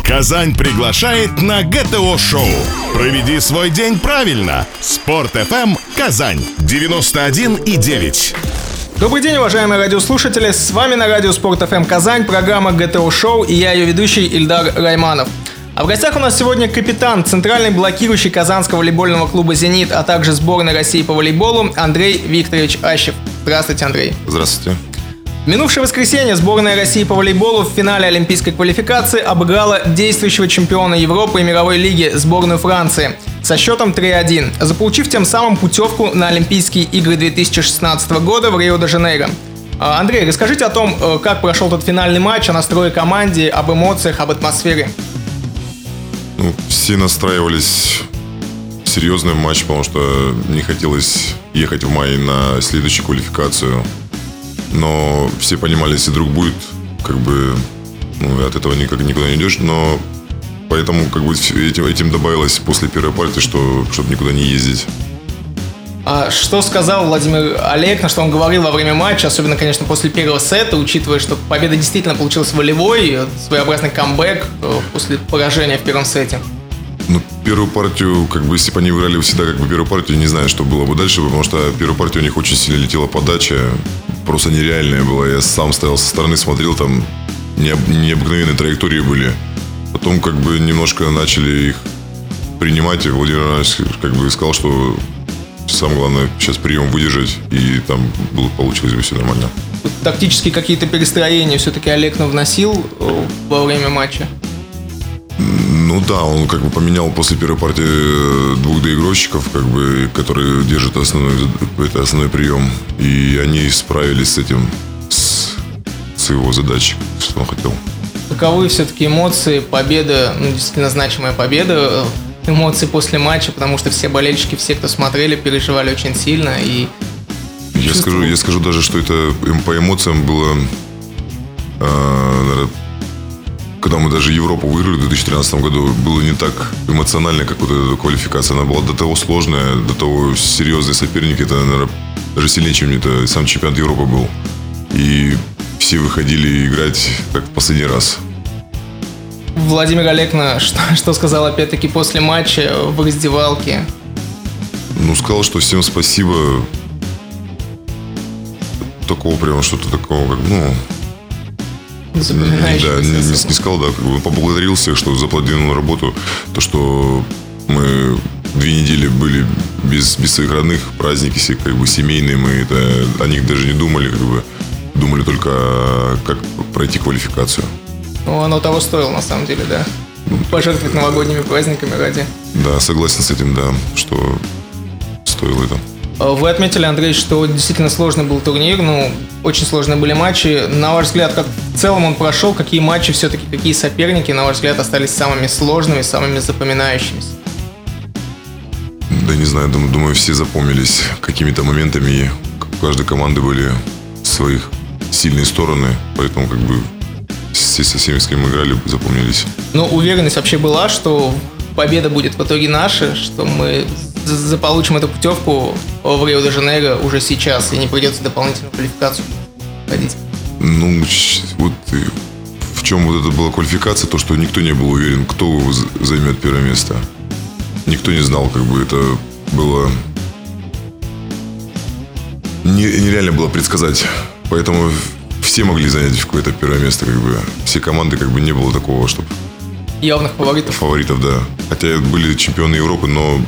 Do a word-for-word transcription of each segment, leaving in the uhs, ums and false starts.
Казань приглашает на ГТО-шоу. Проведи свой день правильно. Спорт эф эм Казань девяносто один и девять. Добрый день, уважаемые радиослушатели. С вами на радио Спорт эф эм Казань программа ГТО-шоу и я ее ведущий Ильдар Райманов. А в гостях у нас сегодня капитан, центральный блокирующий казанского волейбольного клуба «Зенит», а также сборной России по волейболу Андрей Викторович Ащев. Здравствуйте, Андрей. Здравствуйте. В минувшее воскресенье сборная России по волейболу в финале олимпийской квалификации обыграла действующего чемпиона Европы и мировой лиги сборную Франции со счетом три один, заполучив тем самым путевку на Олимпийские игры две тысячи шестнадцатого года в Рио-де-Жанейро. Андрей, расскажите о том, как прошел тот финальный матч, о настрое команды, об эмоциях, об атмосфере. Ну, все настраивались в серьезный матч, потому что не хотелось ехать в мае на следующую квалификацию. Но все понимали, если вдруг будет, как бы, ну, от этого никак никуда не идешь. Но поэтому, как бы, этим, этим добавилось после первой партии, что, чтобы никуда не ездить. А что сказал Владимир Олег, на что он говорил во время матча, особенно, конечно, после первого сета, учитывая, что победа действительно получилась волевой, своеобразный камбэк после поражения в первом сете? Ну, первую партию, как бы, если бы они играли всегда, как бы, первую партию, не знаю, что было бы дальше, потому что первую партию у них очень сильно летела подача, просто нереальная была. Я сам стоял со стороны, смотрел, там необыкновенные траектории были. Потом, как бы, немножко начали их принимать, и Владимир Иванович, как бы, сказал, что самое главное сейчас прием выдержать, и там было, получилось бы все нормально. Тактические какие-то перестроения все-таки Олег вносил во время матча? Ну да, он, как бы, поменял после первой партии двух доигровщиков, как бы, которые держат основной, это основной прием. И они справились с этим, с, с его задачей, что он хотел. Каковы все-таки эмоции, победа, ну, действительно значимая победа, эмоции после матча, потому что все болельщики, все, кто смотрели, переживали очень сильно. И я, скажу, я скажу даже, что это по эмоциям было, э, наверное, когда мы даже Европу выиграли в две тысячи тринадцатом году, было не так эмоционально, как вот эта квалификация. Она была до того сложная, до того серьезный соперник. Это, наверное, даже сильнее, чем это сам чемпионат Европы был. И все выходили играть как в последний раз. Владимир Олег, что, что сказал опять-таки после матча в раздевалке? Ну, сказал, что всем спасибо. Такого прямо что-то такого, как, ну... Да, не, не, не сказал, да, как бы поблагодарил всех, что за проделанную работу, то, что мы две недели были без, без своих родных, праздники все, как бы, семейные, мы это, о них даже не думали, как бы, думали только, как пройти квалификацию. Ну, оно того стоило, на самом деле, да, пожертвовать новогодними праздниками ради. Да, согласен с этим, да, что стоило это. Вы отметили, Андрей, что действительно сложный был турнир, ну, очень сложные были матчи. На ваш взгляд, как в целом он прошел, какие матчи все-таки, какие соперники, на ваш взгляд, остались самыми сложными, самыми запоминающимися? Да не знаю, думаю, думаю все запомнились какими-то моментами, и у каждой команды были своих сильные стороны, поэтому, как бы, все со всеми, с кем мы играли, запомнились. Ну, уверенность вообще была, что победа будет в итоге наша, что мы заполучим эту путевку в Рио-де-Жанейро уже сейчас, и не придется дополнительную квалификацию ходить? Ну, вот в чем вот это была квалификация, то, что никто не был уверен, кто займет первое место. Никто не знал, как бы это было... Нереально было предсказать. Поэтому все могли занять какое-то первое место, как бы. Все команды, как бы, не было такого, чтобы... Явных фаворитов? Фаворитов, да. Хотя были чемпионы Европы, но...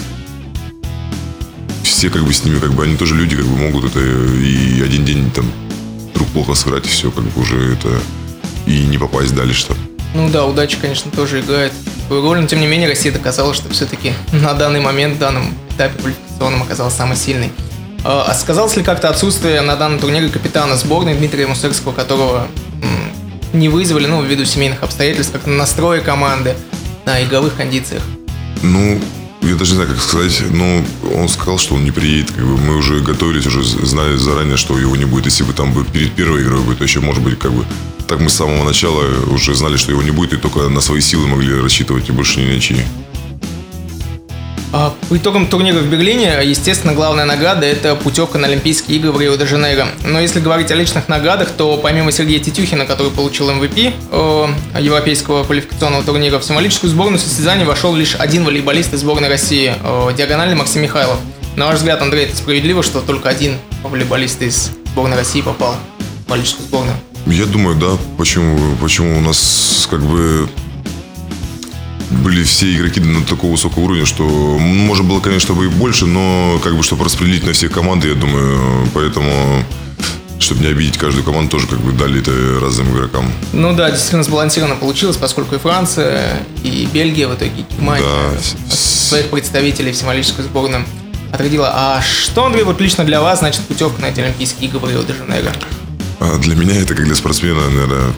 Все, как бы, с ними, как бы, они тоже люди, как бы, могут это и один день там вдруг плохо сыграть, и все, как бы, уже это и не попасть дальше. Ну да, удача, конечно, тоже играет свою роль, но тем не менее Россия доказала, что все-таки на данный момент, в данном этапе квалификационном оказалась самой сильной. А сказалось ли как-то отсутствие на данном турнире капитана сборной Дмитрия Мусырского, которого м- не вызвали, ну, ввиду семейных обстоятельств, как на настрое команды, на игровых кондициях? Ну, я даже не знаю, как сказать, но он сказал, что он не приедет. Как бы мы уже готовились, уже знали заранее, что его не будет. Если бы там бы перед первой игрой бы, то еще, может быть, как бы так мы с самого начала уже знали, что его не будет, и только на свои силы могли рассчитывать, и больше ни на чьи. По итогам турнира в Берлине, естественно, главная награда – это путевка на Олимпийские игры в Рио-де-Жанейро. Но если говорить о личных наградах, то помимо Сергея Тетюхина, который получил эм ви пи э, европейского квалификационного турнира, в символическую сборную состязаний вошел лишь один волейболист из сборной России э, – диагональный Максим Михайлов. На ваш взгляд, Андрей, это справедливо, что только один волейболист из сборной России попал в символическую сборную? Я думаю, да. Почему, почему у нас как бы были все игроки на такого высокого уровня, что можно было, конечно, бы и больше, но как бы чтобы распределить на все команды, я думаю, поэтому, чтобы не обидеть каждую команду, тоже как бы дали это разным игрокам. Ну да, действительно сбалансированно получилось, поскольку и Франция, и Бельгия в итоге, и Германия да. своих представителей в символическую сборную отрядила. А что, Андрей, вот лично для вас значит путевка на эти Олимпийские игры в Рио-де-Жанейро? А для меня это, как для спортсмена, наверное,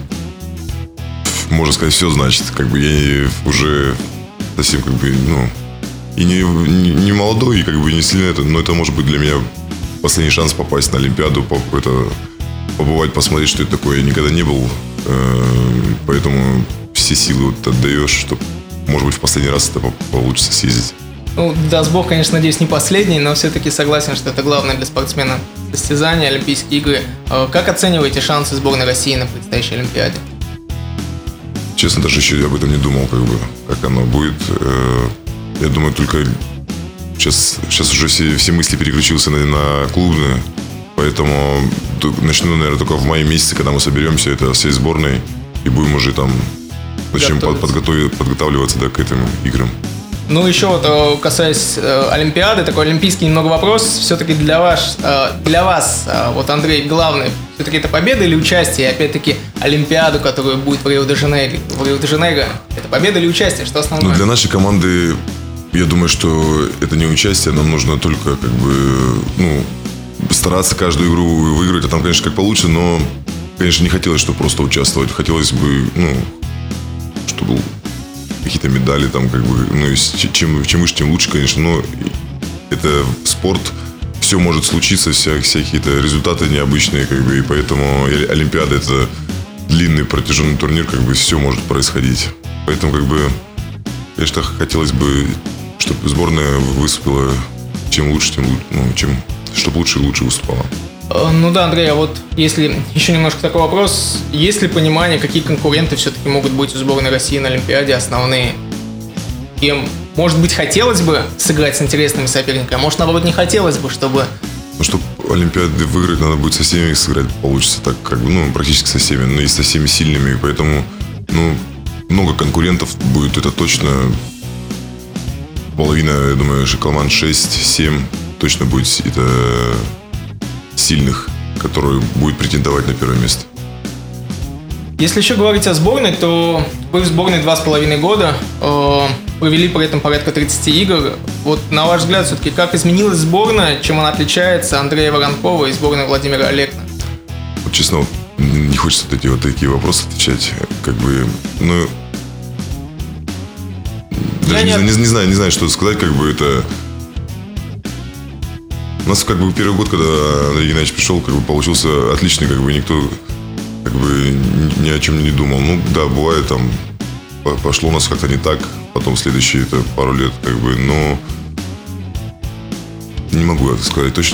можно сказать, все значит. Как бы я уже совсем как бы, ну, и не, не, не молодой, и как бы не сильно это, но это может быть для меня последний шанс попасть на Олимпиаду, это, побывать, посмотреть, что это такое. Я никогда не был, поэтому все силы вот отдаешь, чтобы, может быть, в последний раз это получится съездить. Ну, даст Бог, конечно, надеюсь, не последний, но все-таки согласен, что это главное для спортсмена состязание, Олимпийские игры. Как оцениваете шансы сборной России на предстоящей Олимпиаде? Честно, даже еще об этом не думал, как бы, как оно будет. Я думаю, только сейчас, сейчас уже все, все мысли переключился на, на клубные, поэтому начну, наверное, только в мае месяце, когда мы соберемся, это всей сборной, и будем уже там начнем под, подготовить, подготавливаться, да, к этим играм. Ну, еще вот, касаясь э, Олимпиады, такой олимпийский немного вопрос. Все-таки для вас, э, для вас э, вот, Андрей, главное, все-таки это победа или участие? И опять-таки, Олимпиаду, которая будет в Рио-де-Жанейро, в Рио-де-Жанейро, это победа или участие? Что основное? Ну, для нашей команды, я думаю, что это не участие, нам нужно только, как бы, ну, стараться каждую игру выиграть, а там, конечно, как получится, но, конечно, не хотелось, чтобы просто участвовать. Хотелось бы, ну, чтобы какие-то медали, там, как бы, ну, чем, чем выше, тем лучше, конечно, но это спорт, все может случиться, вся, всякие-то результаты необычные, как бы, и поэтому Олимпиада — это длинный протяженный турнир, как бы, все может происходить. Поэтому, как бы, конечно, хотелось бы, чтобы сборная выступила чем лучше, тем лучше, ну, чем, чтобы лучше и лучше выступала. Ну да, Андрей, а вот если еще немножко такой вопрос, есть ли понимание, какие конкуренты все-таки могут быть у сборной России на Олимпиаде основные? Кем, может быть, хотелось бы сыграть с интересными соперниками, а может, наоборот, не хотелось бы, чтобы... Ну, чтобы Олимпиады выиграть, надо будет со всеми сыграть, получится так, как бы, ну, практически со всеми, но и со всеми сильными, поэтому, ну, много конкурентов будет, это точно. Половина, я думаю, команд шесть-семь точно будет это... сильных, которые будут претендовать на первое место. Если еще говорить о сборной, то вы в сборной два с половиной года, э, провели при этом порядка тридцать игр. Вот на ваш взгляд, все-таки как изменилась сборная, чем она отличается Андрея Воронкова и сборной Владимира Алекна? Вот, честно, вот, не хочется вот эти вот такие вопросы отвечать, как бы, ну, даже не, не, не знаю, не знаю, что сказать, как бы это. У нас как бы первый год, когда Андрей Геннадьевич пришел, как бы получился отличный, как бы никто как бы ни о чем не думал. Ну да, бывает там пошло у нас как-то не так, потом следующие это пару лет, как бы, но не могу это сказать точно.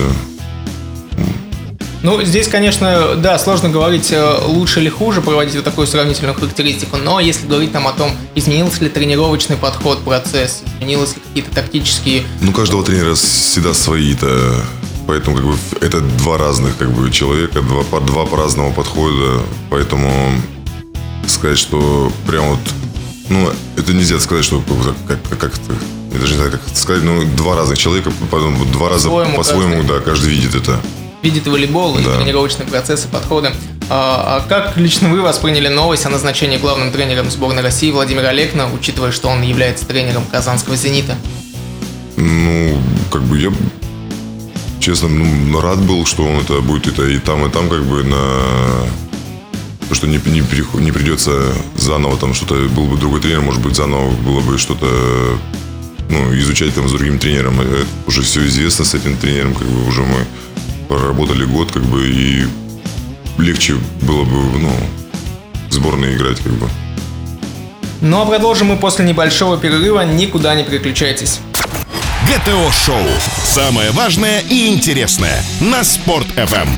Ну, здесь, конечно, да, сложно говорить, лучше или хуже проводить вот такую сравнительную характеристику, но если говорить там о том, изменился ли тренировочный подход, процесс, изменились ли какие-то тактические... Ну, у каждого тренера всегда свои-то, поэтому как бы это два разных как бы человека, два, два по-разному подхода, поэтому сказать, что прям вот, ну, это нельзя сказать, что как, как, как я даже не знаю, как это сказать, но два разных человека, потом два раза по-своему, по-своему да, каждый видит это. Видит волейбол и да. Тренировочные процессы, подходы. А, а как лично вы восприняли новость о назначении главным тренером сборной России Владимира Алекна, учитывая, что он является тренером казанского «Зенита»? Ну, как бы я, честно, ну, рад был, что он это будет это и там, и там, как бы на... То, что не, не, не придется заново там что-то, был бы другой тренер, может быть, заново было бы что-то, ну, изучать там с другим тренером. Это уже все известно с этим тренером, как бы уже мы проработали год, как бы, и легче было бы, ну, в сборной играть, как бы. Ну, а продолжим мы после небольшого перерыва. Никуда не переключайтесь. ГТО-шоу. Самое важное и интересное на Спорт-эф эм.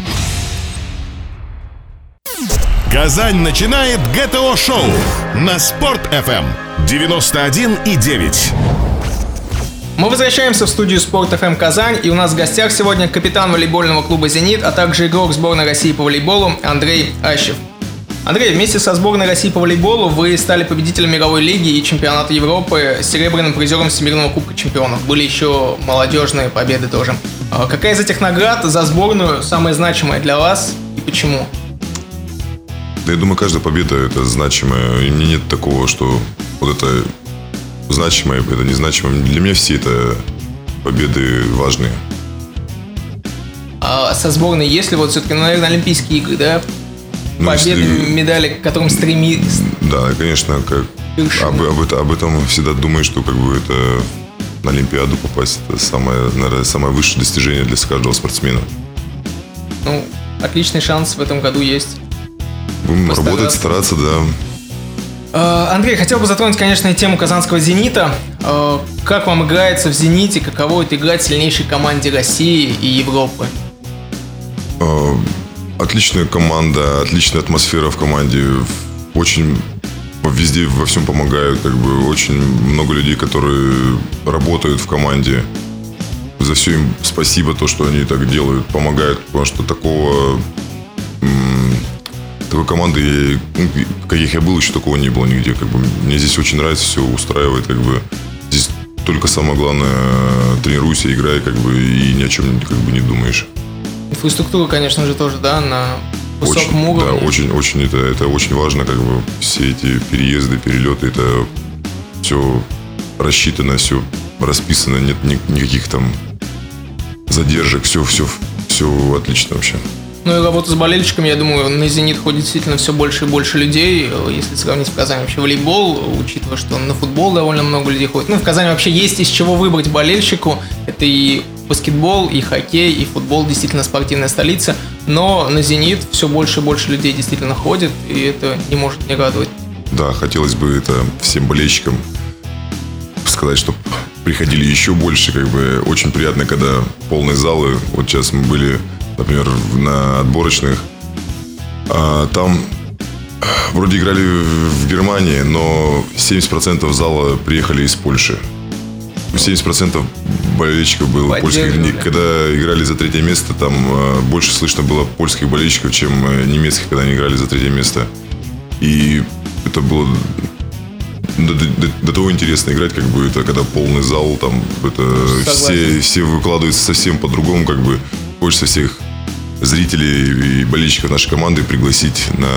Казань начинает ГТО-шоу на Спорт-эф эм девяносто один и девять. Мы возвращаемся в студию Спорт-эф эм Казань, и у нас в гостях сегодня капитан волейбольного клуба «Зенит», а также игрок сборной России по волейболу Андрей Ащев. Андрей, вместе со сборной России по волейболу вы стали победителем мировой лиги и чемпионата Европы, серебряным призером Всемирного кубка чемпионов. Были еще молодежные победы тоже. Какая из этих наград за сборную самая значимая для вас и почему? Да, я думаю, каждая победа это значимая. И мне нет такого, что вот это значимое, это незначимое. Для меня все это победы важные. А со сборной, если вот все-таки, ну, наверное, Олимпийские игры, да? Ну, победы, если... медали, к которым стремится. Да, конечно, как об, об, это, об этом всегда думаю, что как бы это на Олимпиаду попасть, это самое, наверное, самое высшее достижение для каждого спортсмена. Ну, отличный шанс в этом году есть. Будем работать, стараться, да. Андрей, хотел бы затронуть, конечно, и тему казанского «Зенита». Как вам играется в «Зените», каково это играть в сильнейшей команде России и Европы? Отличная команда, отличная атмосфера в команде. Очень везде во всем помогают. Как бы очень много людей, которые работают в команде. За все им спасибо, то, что они так делают, помогают. Потому что такого такой команды, ну, каких я был, еще такого не было нигде. Как бы мне здесь очень нравится, все устраивает. Как бы здесь только самое главное тренируйся, играй, как бы, и ни о чем как бы не думаешь. Инфраструктура, конечно же, тоже, да, на высоком очень, уровне. Да, очень, очень это, это очень важно, как бы все эти переезды, перелеты, это все рассчитано, все расписано, нет ни, никаких там задержек, все, все, все отлично вообще. Ну и работа с болельщиками, я думаю, на «Зенит» ходит действительно все больше и больше людей. Если сравнить в Казани вообще волейбол, учитывая, что на футбол довольно много людей ходит. Ну, в Казани вообще есть из чего выбрать болельщику. Это и баскетбол, и хоккей, и футбол, действительно спортивная столица. Но на «Зенит» все больше и больше людей действительно ходит, и это не может не радовать. Да, хотелось бы это всем болельщикам сказать, чтобы приходили еще больше. Как бы очень приятно, когда полные залы. Вот сейчас мы были, например, на отборочных. А там вроде играли в Германии, но семьдесят процентов зала приехали из Польши. семьдесят процентов болельщиков было польских. Когда играли за третье место, там больше слышно было польских болельщиков, чем немецких, когда они играли за третье место. И это было до, до, до того интересно играть, как бы это когда полный зал, там это все, все выкладываются совсем по-другому, как бы хочется всех зрителей и болельщиков нашей команды пригласить на,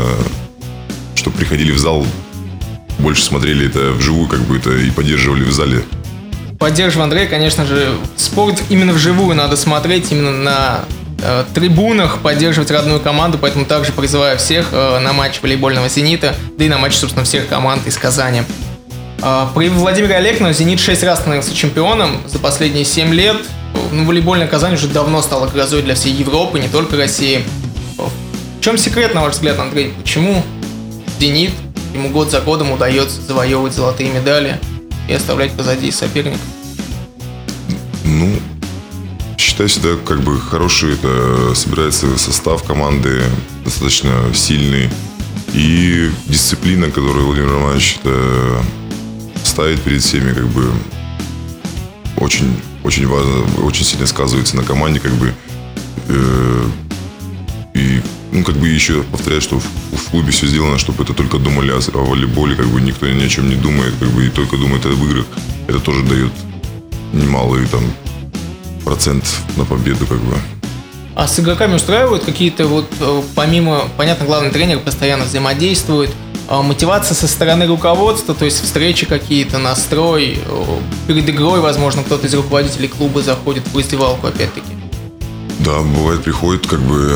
чтобы приходили в зал, больше смотрели это вживую, как бы это и поддерживали в зале. Поддерживаю, Андрей, конечно же, спорт именно вживую надо смотреть, именно на э, трибунах, поддерживать родную команду, поэтому также призываю всех э, на матч волейбольного «Зенита», да и на матч, собственно, всех команд из Казани. Э, при Владимире Алекно «Зенит» шесть раз становился чемпионом за последние семь лет. Ну, волейбольная Казань уже давно стала грозой для всей Европы, не только России. В чем секрет, на ваш взгляд, Андрей? Почему «Зенит», ему год за годом удается завоевывать золотые медали и оставлять позади соперников? Ну, считаю всегда, как бы хороший это собирается состав команды, достаточно сильный. И дисциплина, которую Владимир Романович ставит перед всеми, как бы очень, очень важно, очень сильно сказывается на команде, как бы. Э, и, ну, как бы еще повторяю, что в, в клубе все сделано, чтобы это только думали о, о волейболе, как бы никто ни о чем не думает, как бы и только думает об играх. Это тоже дает немалый там процент на победу, как бы. А с игроками устраивают какие-то вот, помимо, понятно, главный тренер постоянно взаимодействует, мотивация со стороны руководства, то есть встречи какие-то, настрой, перед игрой, возможно, кто-то из руководителей клуба заходит в раздевалку, опять-таки? Да, бывает, приходит, как бы,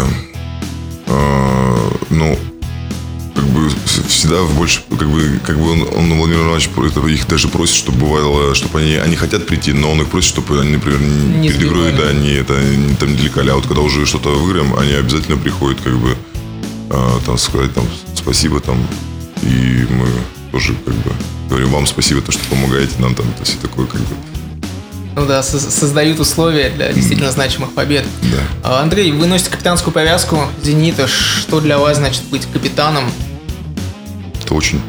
э, ну, как бы всегда больше, как бы, как бы он, он Владимир Иванович их даже просит, чтобы бывало, чтобы они, они хотят прийти, но он их просит, чтобы они, например, не перед игрой, да, не это, не, там не отвлекали, а вот когда уже что-то выиграем, они обязательно приходят, как бы, э, там сказать, там, спасибо, там, и мы тоже, как бы, говорим вам спасибо, то, что помогаете нам, там, это все такое, как бы. Ну да, со- создают условия для действительно значимых побед. Да. А, Андрей, вы носите капитанскую повязку «Зенита». Что для вас значит быть капитаном? Это очень...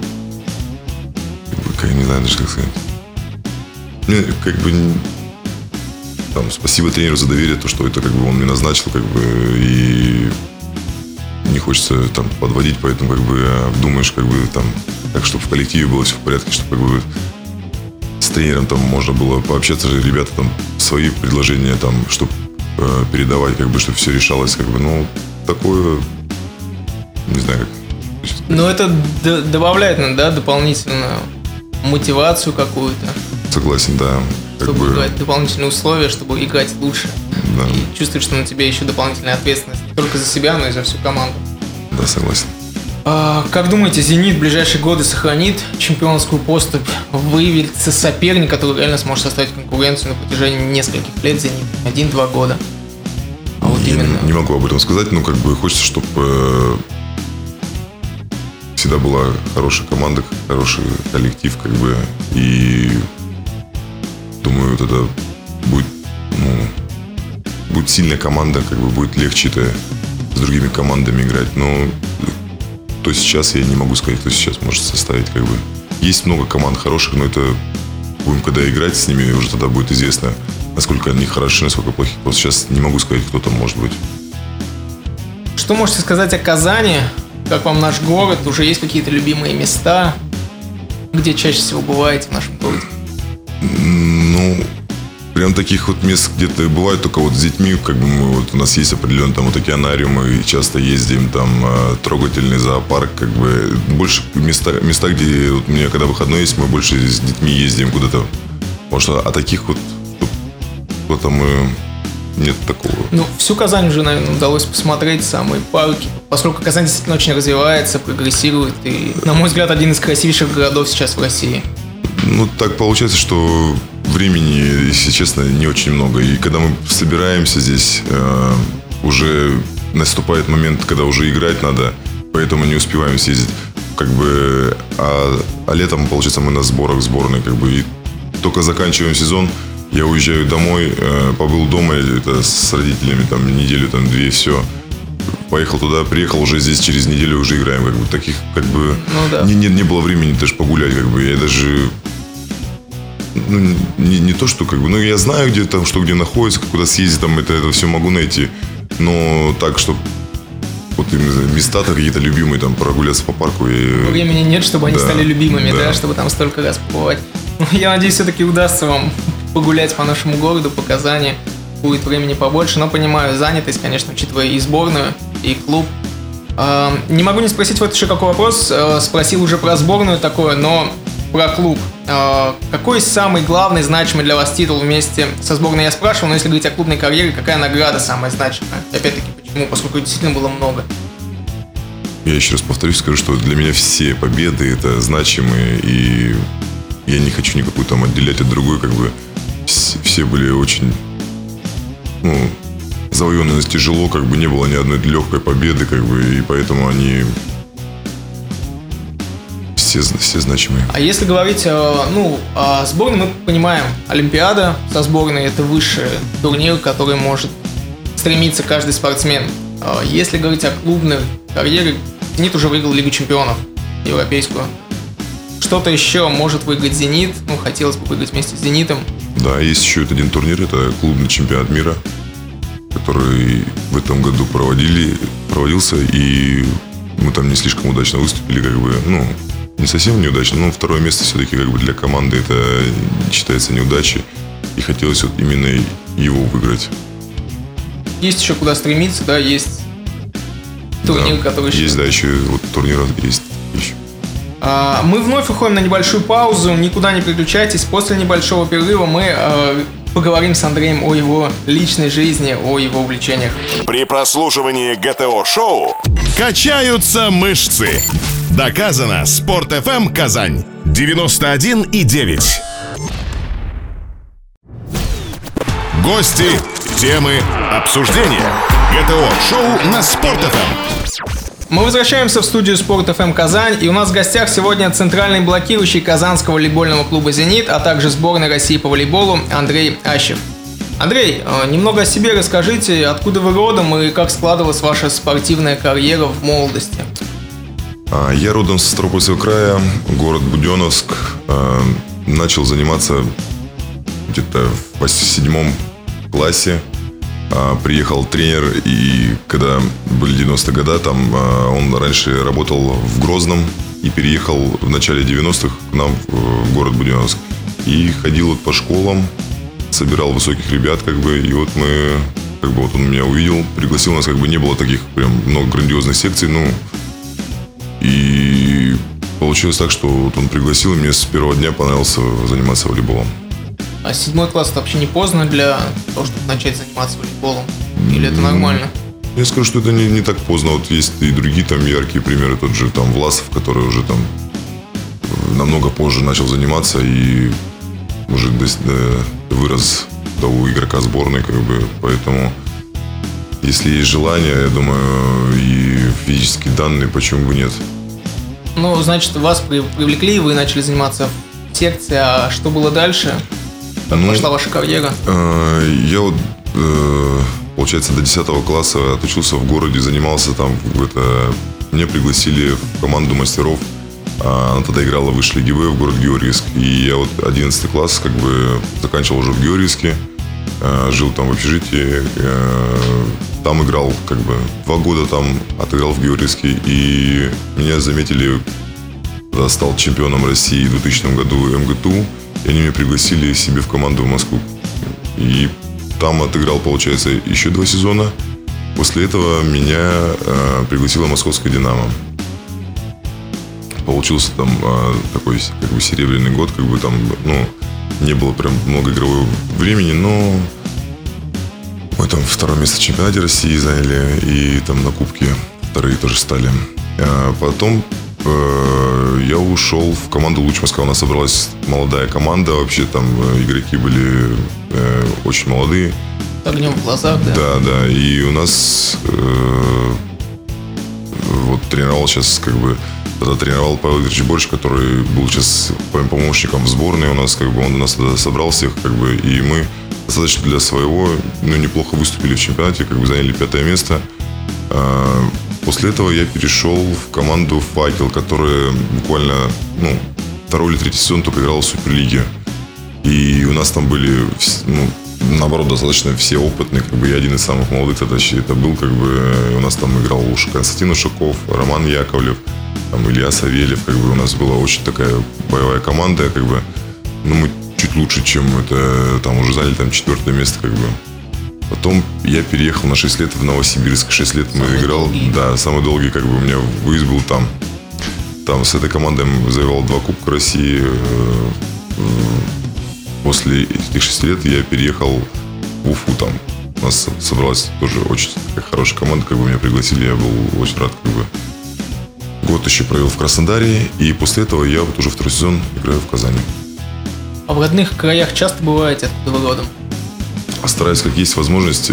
Я не знаю даже, как сказать. Мне как бы... Там, спасибо тренеру за доверие, то, что это как бы он мне назначил, как бы, и не хочется там подводить, поэтому как бы думаешь, как бы там, так, чтобы в коллективе было все в порядке, чтобы как бы с тренером там можно было пообщаться, же ребята там свои предложения там, чтобы э, передавать, как бы, чтобы все решалось, как бы, ну, такое, не знаю, как. Но это д- добавляет нам, да, дополнительную мотивацию какую-то. Согласен, да. Как Чтобы бы, играть дополнительные условия, чтобы играть лучше. да, И чувствовать, что на тебе еще дополнительная ответственность не только за себя, но и за всю команду. да, согласен. А, как думаете, «Зенит» в ближайшие годы сохранит чемпионскую поступь? Выявится соперник, который реально сможет составить конкуренцию на протяжении нескольких лет «Зенит»? Один-два года. А вот Я именно. не могу об этом сказать, но как бы хочется, чтобы э, всегда была хорошая команда, хороший коллектив, как бы, и думаю, вот это будет, ну, будет сильная команда, как бы будет легче это с другими командами играть. Но то сейчас я не могу сказать, кто сейчас может составить, как бы. Есть много команд хороших, но это будем когда играть с ними, уже тогда будет известно, насколько они хороши, насколько плохи. Просто сейчас не могу сказать, кто там может быть. Что можете сказать о Казани? Как вам наш город? Уже есть какие-то любимые места? Где чаще всего бываете в нашем городе? Ну, прям таких вот мест где-то бывает только вот с детьми, как бы мы, вот у нас есть определенно там вот океанариум, мы часто ездим, там э, трогательный зоопарк, как бы больше места, места, где вот у меня когда выходной есть, мы больше с детьми ездим куда-то, потому что а таких вот куда-то мы нет такого. Ну, всю Казань уже, наверное, удалось посмотреть, самые парки. Поскольку Казань действительно очень развивается, прогрессирует и, на мой взгляд, один из красивейших городов сейчас в России. Ну, так получается, что времени, если честно, не очень много. И когда мы собираемся здесь, э, уже наступает момент, когда уже играть надо, поэтому не успеваем съездить. Как бы, а, а летом, получается, мы на сборах сборной, как бы, и только заканчиваем сезон, я уезжаю домой, э, побыл дома это с родителями, там, неделю, там, две, все. Поехал туда, приехал, уже здесь через неделю уже играем, как бы, таких, как бы, Ну да. не, не, не было времени даже погулять, как бы, я даже, ну, не, не то, что, как бы, ну, я знаю, где там, что где находится, куда съездить, там, это, это все могу найти, но так, чтобы вот именно места-то какие-то любимые, там, прогуляться по парку. И, Времени нет, чтобы они да, стали любимыми, да. да, чтобы там столько раз побывать. Ну, я надеюсь, все-таки удастся вам погулять по нашему городу, по Казани. Будет времени побольше, но понимаю, занятость, конечно, учитывая и сборную, и клуб. А, не могу не спросить вот еще какой вопрос. А, спросил уже про сборную такое, но про клуб. А, какой самый главный, значимый для вас титул вместе со сборной я спрашивал, но если говорить о клубной карьере, какая награда самая значимая? И опять-таки, почему? Поскольку действительно было много. Я еще раз повторюсь, скажу, что для меня все победы это значимые, и я не хочу никакую там отделять от другой, как бы все были очень, ну, завоеваны тяжело, как бы не было ни одной легкой победы, как бы, и поэтому они все, все значимые. А если говорить, ну, о сборной, мы понимаем, Олимпиада со сборной — это высший турнир, который может стремиться каждый спортсмен. Если говорить о клубной карьере, «Зенит» уже выиграл Лигу чемпионов европейскую. Что-то еще может выиграть «Зенит», ну, хотелось бы выиграть вместе с «Зенитом». Да, есть еще один турнир, это клубный чемпионат мира, который в этом году проводили, проводился, и мы там не слишком удачно выступили, как бы, ну, не совсем неудачно, но второе место все-таки как бы для команды это считается неудачей, и хотелось вот именно его выиграть. Есть еще куда стремиться, да, есть турнир, да, который еще... Есть, да, еще вот турнир есть еще. А, мы вновь уходим на небольшую паузу, никуда не переключайтесь. После небольшого перерыва мы э, поговорим с Андреем о его личной жизни, о его увлечениях. При прослушивании ГТО-шоу качаются мышцы. Доказано. Спорт эф эм Казань девяносто один и девять. Гости, темы, обсуждения. ГТО-шоу на Спорт эф эм. Мы возвращаемся в студию Спорт эф эм Казань, и у нас в гостях сегодня центральный блокирующий Казанского волейбольного клуба «Зенит», а также сборной России по волейболу Андрей Ащев. Андрей, немного о себе расскажите, откуда вы родом и как складывалась ваша спортивная карьера в молодости? Я родом со Ставропольского края, город Буденновск. Начал заниматься где-то в седьмом классе. Приехал тренер, и когда были девяностые годы, там он раньше работал в Грозном и переехал в начале девяностых к нам в город Буденновск. И ходил вот по школам, собирал высоких ребят, как бы, и вот мы, как бы, вот он меня увидел, пригласил, у нас как бы не было таких прям много грандиозных секций, ну, и получилось так, что вот он пригласил, и мне с первого дня понравилось заниматься волейболом. А седьмой класс это вообще не поздно для того, чтобы начать заниматься волейболом? Или это нормально? Я скажу, что это не, не так поздно. Вот есть и другие там яркие примеры. Тот же там Власов, который уже там намного позже начал заниматься и уже до, до, вырос до игрока сборной, как бы. Поэтому, если есть желание, я думаю, и физические данные, почему бы нет? Ну, значит, вас привлекли, и вы начали заниматься в секции. А что было дальше? Как ну, пошла ваша карьера? Э, я вот, э, получается, до десятого класса отучился в городе, занимался там. Это, меня пригласили в команду мастеров. Она тогда играла в высшей лиге В в город Георгиевск. И я вот одиннадцатый класс как бы заканчивал уже в Георгиевске. Э, жил там в общежитии. Э, там играл как бы два года там отыграл в Георгиевске. И меня заметили, когда стал чемпионом России в двухтысячном году эм гэ тэ у. И они меня пригласили себе в команду в Москву. И там отыграл, получается, еще два сезона. После этого меня э, пригласила московская «Динамо». Получился там э, такой как бы серебряный год, как бы там, ну, не было прям много игрового времени, но мы там второе место в чемпионате России заняли, и там на кубке вторые тоже стали. А потом я ушел в команду «Луч Москва». У нас собралась молодая команда. Вообще там игроки были э, очень молодые. С огнем в глазах, да? Да, да. И у нас э, вот тренировал сейчас, как бы, тогда тренировал Павел Игоревич Борщ, который был сейчас помощником в сборной у нас, как бы, он у нас тогда собрал всех, как бы, и мы достаточно для своего, ну, неплохо выступили в чемпионате, как бы заняли пятое место. После этого я перешел в команду «Факел», которая буквально, ну, второй или третий сезон только играла в Суперлиге. И у нас там были, ну, наоборот, достаточно все опытные. Как бы я один из самых молодых тогда это был. Как бы у нас там играл Константин Ушаков, Роман Яковлев, там, Илья Савельев. Как бы у нас была очень такая боевая команда. Как бы, ну, мы чуть лучше, чем это, там уже заняли там четвертое место, как бы. Потом я переехал на шесть лет в Новосибирск. шесть лет мы самый играл. Долгий. Да, самый долгий, как бы, у меня выезд был там. Там с этой командой завоевал два Кубка России. После этих шести лет я переехал в Уфу там. У нас собралась тоже очень хорошая команда, как бы меня пригласили, я был очень рад, как бы. Год еще провел в Краснодаре, и после этого я вот уже второй сезон играю в Казани. А в родных краях часто бываете, откуда вы родом? Стараюсь, как есть возможность,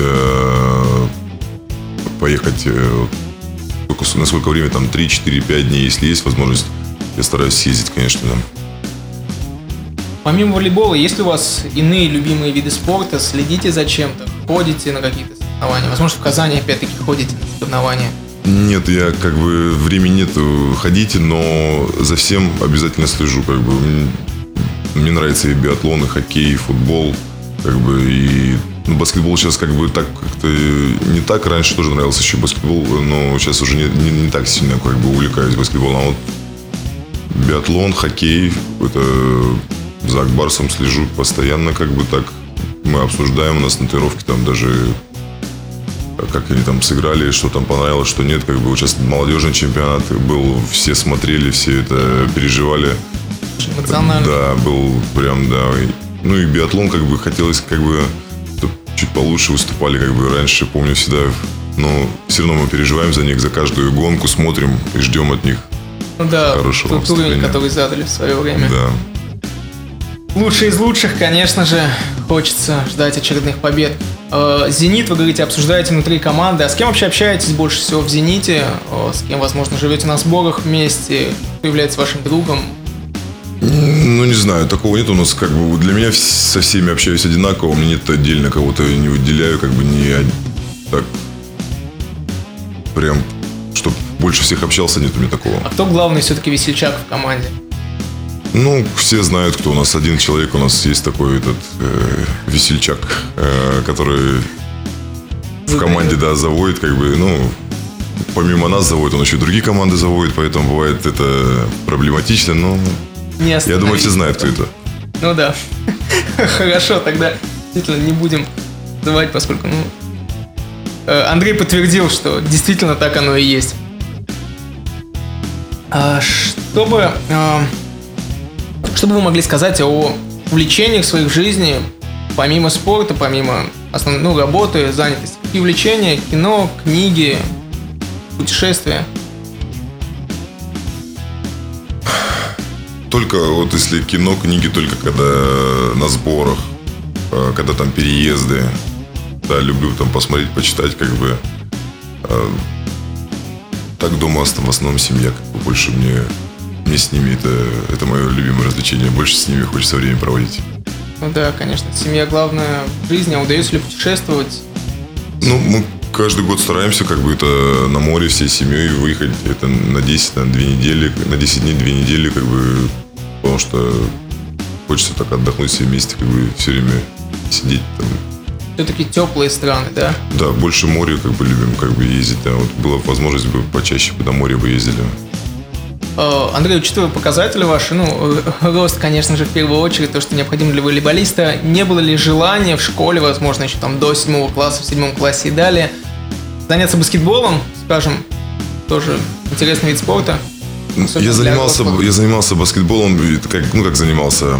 поехать, на сколько время, там, три, четыре, пять дней, если есть возможность, я стараюсь съездить, конечно, да. Помимо волейбола, есть ли у вас иные любимые виды спорта? Следите за чем-то? Ходите на какие-то соревнования? Возможно, в Казани опять-таки ходите на соревнования? Нет, я как бы времени нет ходить, но за всем обязательно слежу. Как бы мне нравится и биатлон, и хоккей, и футбол, как бы и ну, баскетбол сейчас как бы так как-то не так. Раньше тоже нравился еще баскетбол, но сейчас уже не, не, не так сильно как бы увлекаюсь баскетболом. А вот биатлон, хоккей, это за Акбарсом слежу постоянно, как бы так. Мы обсуждаем, у нас на тренировке там даже как они там сыграли, что там понравилось, что нет. Как бы вот сейчас молодежный чемпионат был, все смотрели, все это переживали. Эмоционально. Да, был прям, да. Ну и биатлон, как бы хотелось, как бы чуть получше выступали, как бы раньше, помню всегда. Но все равно мы переживаем за них, за каждую гонку, смотрим и ждем от них ну, да, хорошего тот уровень, который задали в свое время. Да. Лучший из лучших, конечно же, хочется ждать очередных побед. «Зенит», вы говорите, обсуждаете внутри команды. А с кем вообще общаетесь больше всего в «Зените»? С кем, возможно, живете на сборах вместе? Кто является вашим другом? Ну, не знаю, такого нет у нас, как бы, для меня со всеми общаюсь одинаково, у меня нет отдельно кого-то не выделяю, как бы, не так, прям, чтобы больше всех общался, нет у меня такого. А кто главный все-таки весельчак в команде? Ну, все знают, кто у нас, один человек у нас есть такой, этот, э, весельчак, э, который в команде, да, заводит, как бы, ну... Помимо нас заводит, он еще и другие команды заводит, поэтому бывает это проблематично, но я думаю, все знают, кто это. Ну да. Хорошо, тогда действительно не будем называть, поскольку ну, Андрей подтвердил, что действительно так оно и есть. А, чтобы, а, что бы вы могли сказать о увлечениях своих в жизни, помимо спорта, помимо основной ну, работы, занятости? Какие увлечения? Кино, книги, путешествия? Только вот если кино, книги, только когда на сборах, когда там переезды. Да, люблю там посмотреть, почитать, как бы. Так дома в основном семья, как бы больше мне, мне с ними, это, это мое любимое развлечение. Больше с ними хочется время проводить. Ну да, конечно, семья главная в жизни. А удается ли путешествовать? Ну, мы каждый год стараемся, как бы, это на море всей семьей выехать. Это на десять, на две недели, на десять дней, две недели, как бы, потому что хочется так отдохнуть все вместе, как бы, все время сидеть там. Все-таки теплые страны, да? Да, больше море, как бы, любим, как бы, ездить. Да. Вот была возможность бы почаще бы на море бы ездили. Андрей, учитывая показатели ваши, ну, рост, конечно же, в первую очередь, то, что необходимо для волейболиста, не было ли желания в школе, возможно, еще там до седьмого класса, в седьмом классе и далее, заняться баскетболом, скажем, тоже интересный вид спорта? Я занимался, я занимался баскетболом, как, ну, как занимался...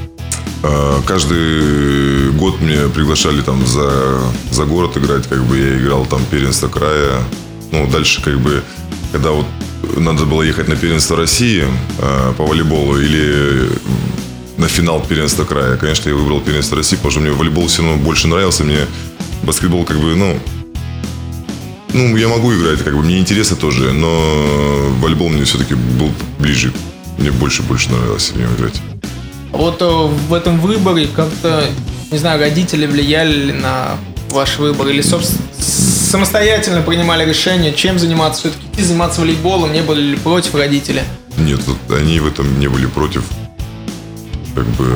Каждый год меня приглашали там за, за город играть, как бы я играл там первенство края. Ну, дальше, как бы, когда вот надо было ехать на первенство России э, по волейболу или на финал первенства края, конечно, я выбрал первенство России, потому что мне волейбол все равно больше нравился. Мне баскетбол, как бы, ну, ну, я могу играть, как бы, мне интересно тоже, но волейбол мне все-таки был ближе. Мне больше-больше нравилось в нем играть. Вот в этом выборе как-то, не знаю, родители влияли на ваш выбор или, собственно, самостоятельно принимали решение, чем заниматься, все-таки идти заниматься волейболом, не были ли против родители? Нет, они в этом не были против. Как бы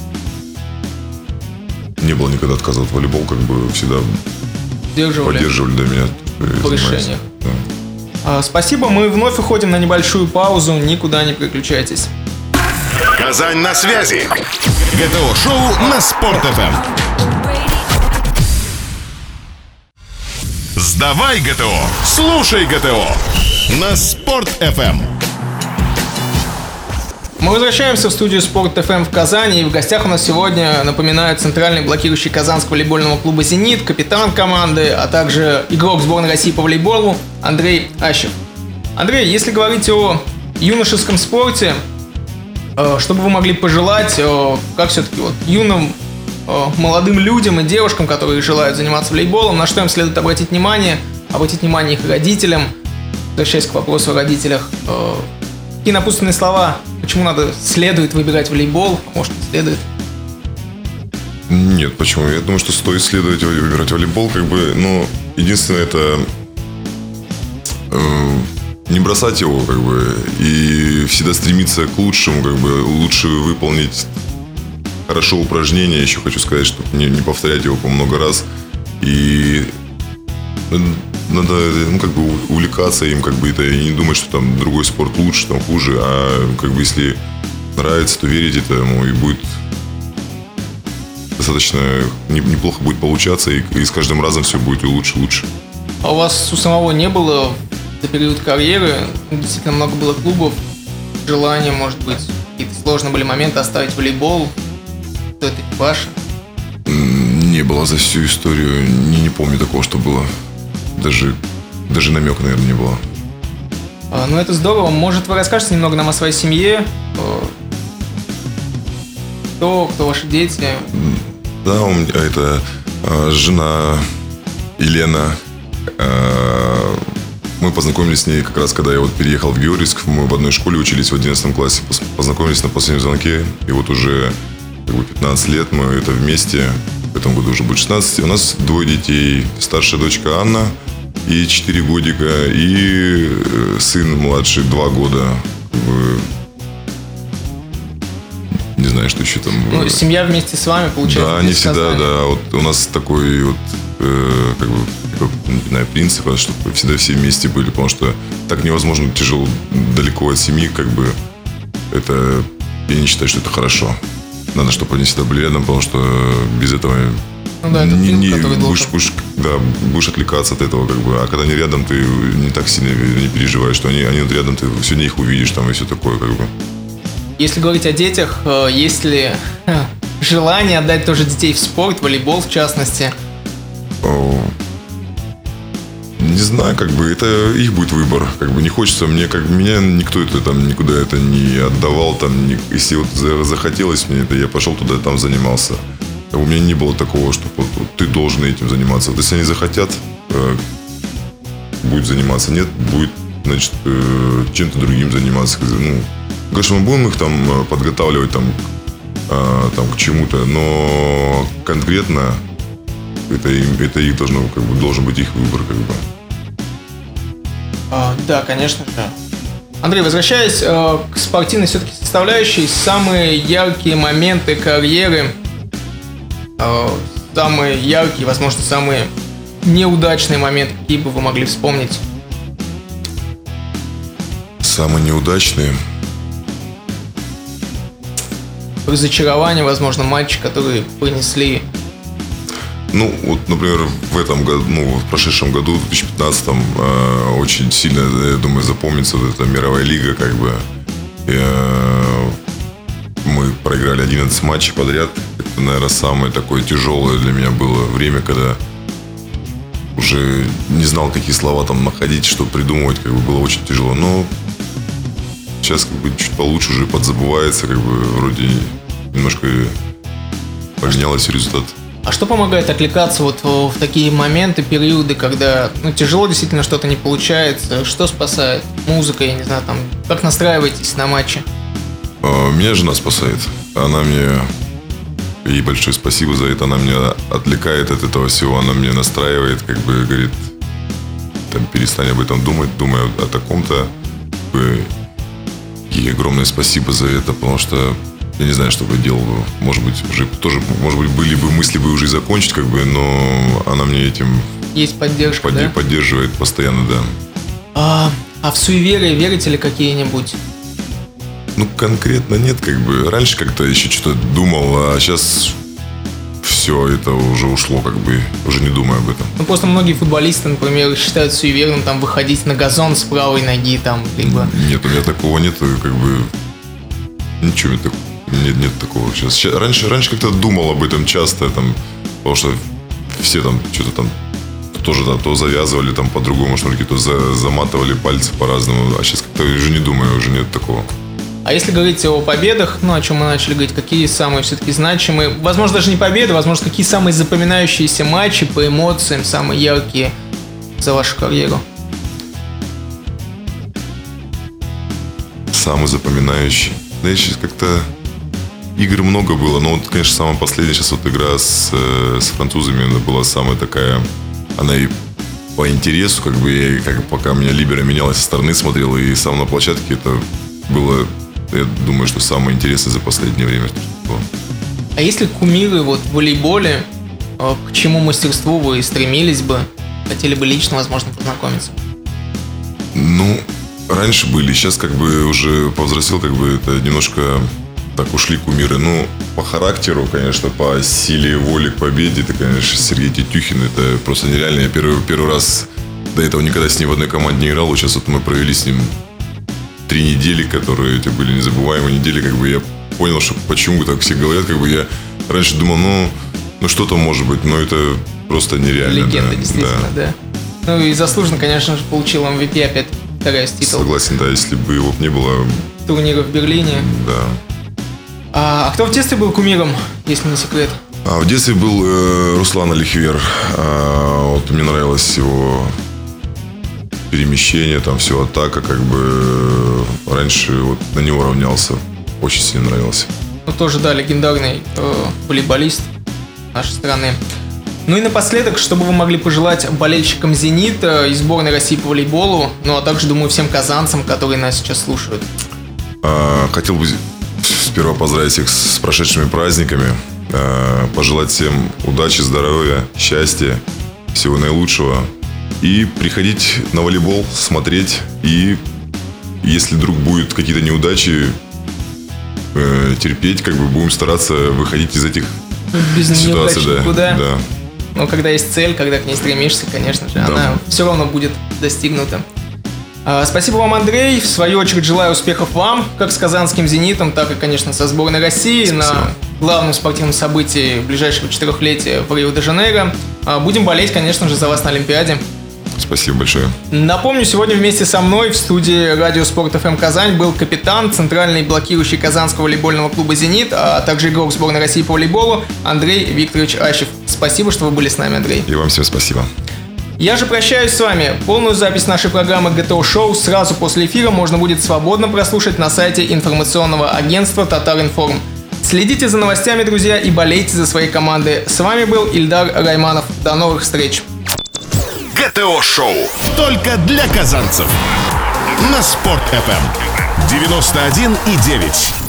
не было никогда отказа от волейбола, как бы всегда поддерживали, поддерживали до меня в решениях. Да. А, спасибо, мы вновь уходим на небольшую паузу, никуда не переключайтесь. Казань на связи. ГТО-шоу на Спорт.ФМ. Сдавай ГТО, слушай ГТО на Спорт.ФМ. Мы возвращаемся в студию Спорт.ФМ в Казани. И в гостях у нас сегодня, напоминаю, центральный блокирующий Казанского волейбольного клуба «Зенит», капитан команды, а также игрок сборной России по волейболу Андрей Ащев. Андрей, если говорить о юношеском спорте, что бы вы могли пожелать, как все-таки вот юным молодым людям и девушкам, которые желают заниматься волейболом, на что им следует обратить внимание, обратить внимание их родителям, возвращаясь к вопросу о родителях, какие напутственные слова, почему надо, следует выбирать волейбол, может не следует? Нет, почему? Я думаю, что стоит следовать выбирать волейбол, как бы, но единственное это э, не бросать его, как бы, и всегда стремиться к лучшему, как бы, лучше выполнить хорошо упражнение. Еще хочу сказать, чтобы не, не повторять его по много раз. И надо, ну, как бы, увлекаться им, как бы, это, и не думать, что там другой спорт лучше, там хуже, а, как бы, если нравится, то верить этому, и будет достаточно неплохо будет получаться, и, и с каждым разом все будет и лучше, лучше. А у вас у самого не было за период карьеры, действительно много было клубов, желание, может быть, какие-то сложные были моменты оставить волейбол? Что это не ваше? Не было за всю историю, не, не помню такого, что было. Даже, даже намека, наверное, не было. А, ну, это здорово. Может, вы расскажете немного нам о своей семье? Кто, кто ваши дети? Да, у меня, это Жена Елена. Мы познакомились с ней как раз, когда я вот переехал в Георгиевск. Мы в одной школе учились в одиннадцатом классе. Познакомились на последнем звонке. И вот уже как бы, пятнадцать лет мы это вместе. В этом году уже будет шестнадцать. У нас двое детей. Старшая дочка Анна, ей четыре годика. И сын младший два года. Как бы, не знаю, что еще там. Ну, семья вместе с вами, получается. Да, не всегда, да. Вот у нас такой вот, э, как бы, не знаю, принцип, чтобы всегда все вместе были, потому что так невозможно, тяжело далеко от семьи, как бы, это, я не считаю, что это хорошо. Надо, чтобы они всегда были рядом, потому что без этого ну, да, это не, фильм, не, который будешь, будешь, да, будешь отвлекаться от этого, как бы, а когда они рядом, ты не так сильно не переживаешь, что они, они вот рядом, ты сегодня их увидишь, там, и все такое, как бы. Если говорить о детях, есть ли желание отдать тоже детей в спорт, волейбол в частности? Не знаю, как бы это их будет выбор. Как бы не хочется мне, как меня никто это там никуда это не отдавал. Там, не, если вот захотелось мне это, я пошел туда, там занимался. У меня не было такого, что вот, вот, ты должен этим заниматься. Вот если они захотят, э, будет заниматься. Нет, будет, значит, э, чем-то другим заниматься. Ну, конечно, мы будем их там подготавливать там, э, там к чему-то, но конкретно это, это их должно, как бы, должен быть их выбор, как бы. А, да, конечно же. Андрей, возвращаясь э, к спортивной все-таки составляющей, самые яркие моменты карьеры, э, самые яркие, возможно, самые неудачные моменты, какие бы вы могли вспомнить? Самые неудачные? Разочарование, возможно, матчи, которые принесли. Ну, вот, например, в этом году, ну, в прошедшем году, в две тысячи пятнадцатом, э, очень сильно, я думаю, запомнится вот эта мировая лига, как бы. И, э, мы проиграли одиннадцать матчей подряд. Это, наверное, самое такое тяжелое для меня было время, когда уже не знал, какие слова там находить, что придумывать, как бы было очень тяжело. Но сейчас как бы чуть получше уже подзабывается, как бы вроде немножко поменялся результат. А что помогает отвлекаться вот в такие моменты, периоды, когда ну, тяжело действительно что-то не получается? Что спасает? Музыка, я не знаю, там, как настраиваетесь на матчи? Меня жена спасает. Она мне, ей большое спасибо за это, она меня отвлекает от этого всего, она меня настраивает, как бы говорит, там, перестань об этом думать, думай о, о таком-то. Ей огромное спасибо за это, потому что я не знаю, что бы делал. Может быть, уже тоже, может быть, были бы мысли бы уже закончить, как бы, но она мне этим есть поддержка, подде- да? поддерживает постоянно, да. А, а в суеверия верите ли какие-нибудь? Ну, конкретно нет, как бы. Раньше как-то еще что-то думал, а сейчас все это уже ушло, как бы, уже не думаю об этом. Ну, просто многие футболисты, например, считают суеверным там выходить на газон с правой ноги, там, либо... Нет, у меня такого нет, как бы, ничего такого. Нет, нет такого сейчас. Раньше, раньше как-то думал об этом часто, там, потому что все там что-то там тоже да, то завязывали там по-другому шнурки, то за, заматывали пальцы по-разному. А сейчас как-то уже не думаю, уже нет такого. А если говорить о победах, ну, о чем мы начали говорить, какие самые все-таки значимые, возможно, даже не победы, возможно, какие самые запоминающиеся матчи по эмоциям, самые яркие за вашу карьеру? Самый запоминающий? Да, я сейчас как-то... Игр много было, но вот, конечно, самая последняя сейчас вот игра с, с французами, она была самая такая, она и по интересу, как бы, я, как, пока меня либеро менялась, со стороны смотрел, и сам на площадке это было, я думаю, что самое интересное за последнее время. А если кумиры вот в волейболе, к чему мастерству вы стремились бы, хотели бы лично, возможно, познакомиться? Ну, раньше были, сейчас как бы уже повзрослел, как бы это немножко... Так ушли кумиры. Ну, по характеру, конечно, по силе воли к победе, это, конечно, Сергей Тетюхин. Это просто нереально. Я первый, первый раз до этого никогда с ним в одной команде не играл. Вот сейчас вот мы провели с ним три недели, которые эти были незабываемые недели. Как бы я понял, что почему так все говорят. Как бы я раньше думал, ну, ну что там может быть, но это просто нереально. Легенда, да, действительно, да. да. Ну и заслуженно, конечно же, получил эм ви пи опять второй титул. Согласен, да, если бы его не было... Турнира в Берлине. Да. А, а кто в детстве был кумиром, если не секрет? А в детстве был э, Руслан Алихвер. А, вот мне нравилось его перемещение, там все атака, как бы раньше вот на него равнялся. Очень сильно нравился. Ну, тоже, да, легендарный э, волейболист нашей страны. Ну и напоследок, что бы вы могли пожелать болельщикам «Зенита» и сборной России по волейболу, ну а также, думаю, всем казанцам, которые нас сейчас слушают? А, хотел бы сперва поздравить их с прошедшими праздниками, а, пожелать всем удачи, здоровья, счастья, всего наилучшего. И приходить на волейбол, смотреть. И если вдруг будут какие-то неудачи, э, терпеть, как бы будем стараться выходить из этих Без ситуаций. неудач никуда. Да. Но когда есть цель, когда к ней стремишься, конечно же, да. Она все равно будет достигнута. А, спасибо вам, Андрей. В свою очередь желаю успехов вам, как с казанским «Зенитом», так и, конечно, со сборной России Спасибо. на главном спортивном событии ближайшего четырехлетия в Рио-де-Жанейро. А, будем болеть, конечно же, за вас на Олимпиаде. Спасибо большое. Напомню, сегодня вместе со мной в студии радио Спорт эф эм Казань был капитан, центральный блокирующий казанского волейбольного клуба «Зенит», а также игрок сборной России по волейболу Андрей Викторович Ащев. Спасибо, что вы были с нами, Андрей. И вам всем спасибо. Я же прощаюсь с вами. Полную запись нашей программы джи ти о Show сразу после эфира можно будет свободно прослушать на сайте информационного агентства Татаринформ. Следите за новостями, друзья, и болейте за свои команды. С вами был Ильдар Райманов. До новых встреч. джи ти о Show только для казанцев на Спорт эф эм девяносто один и девять.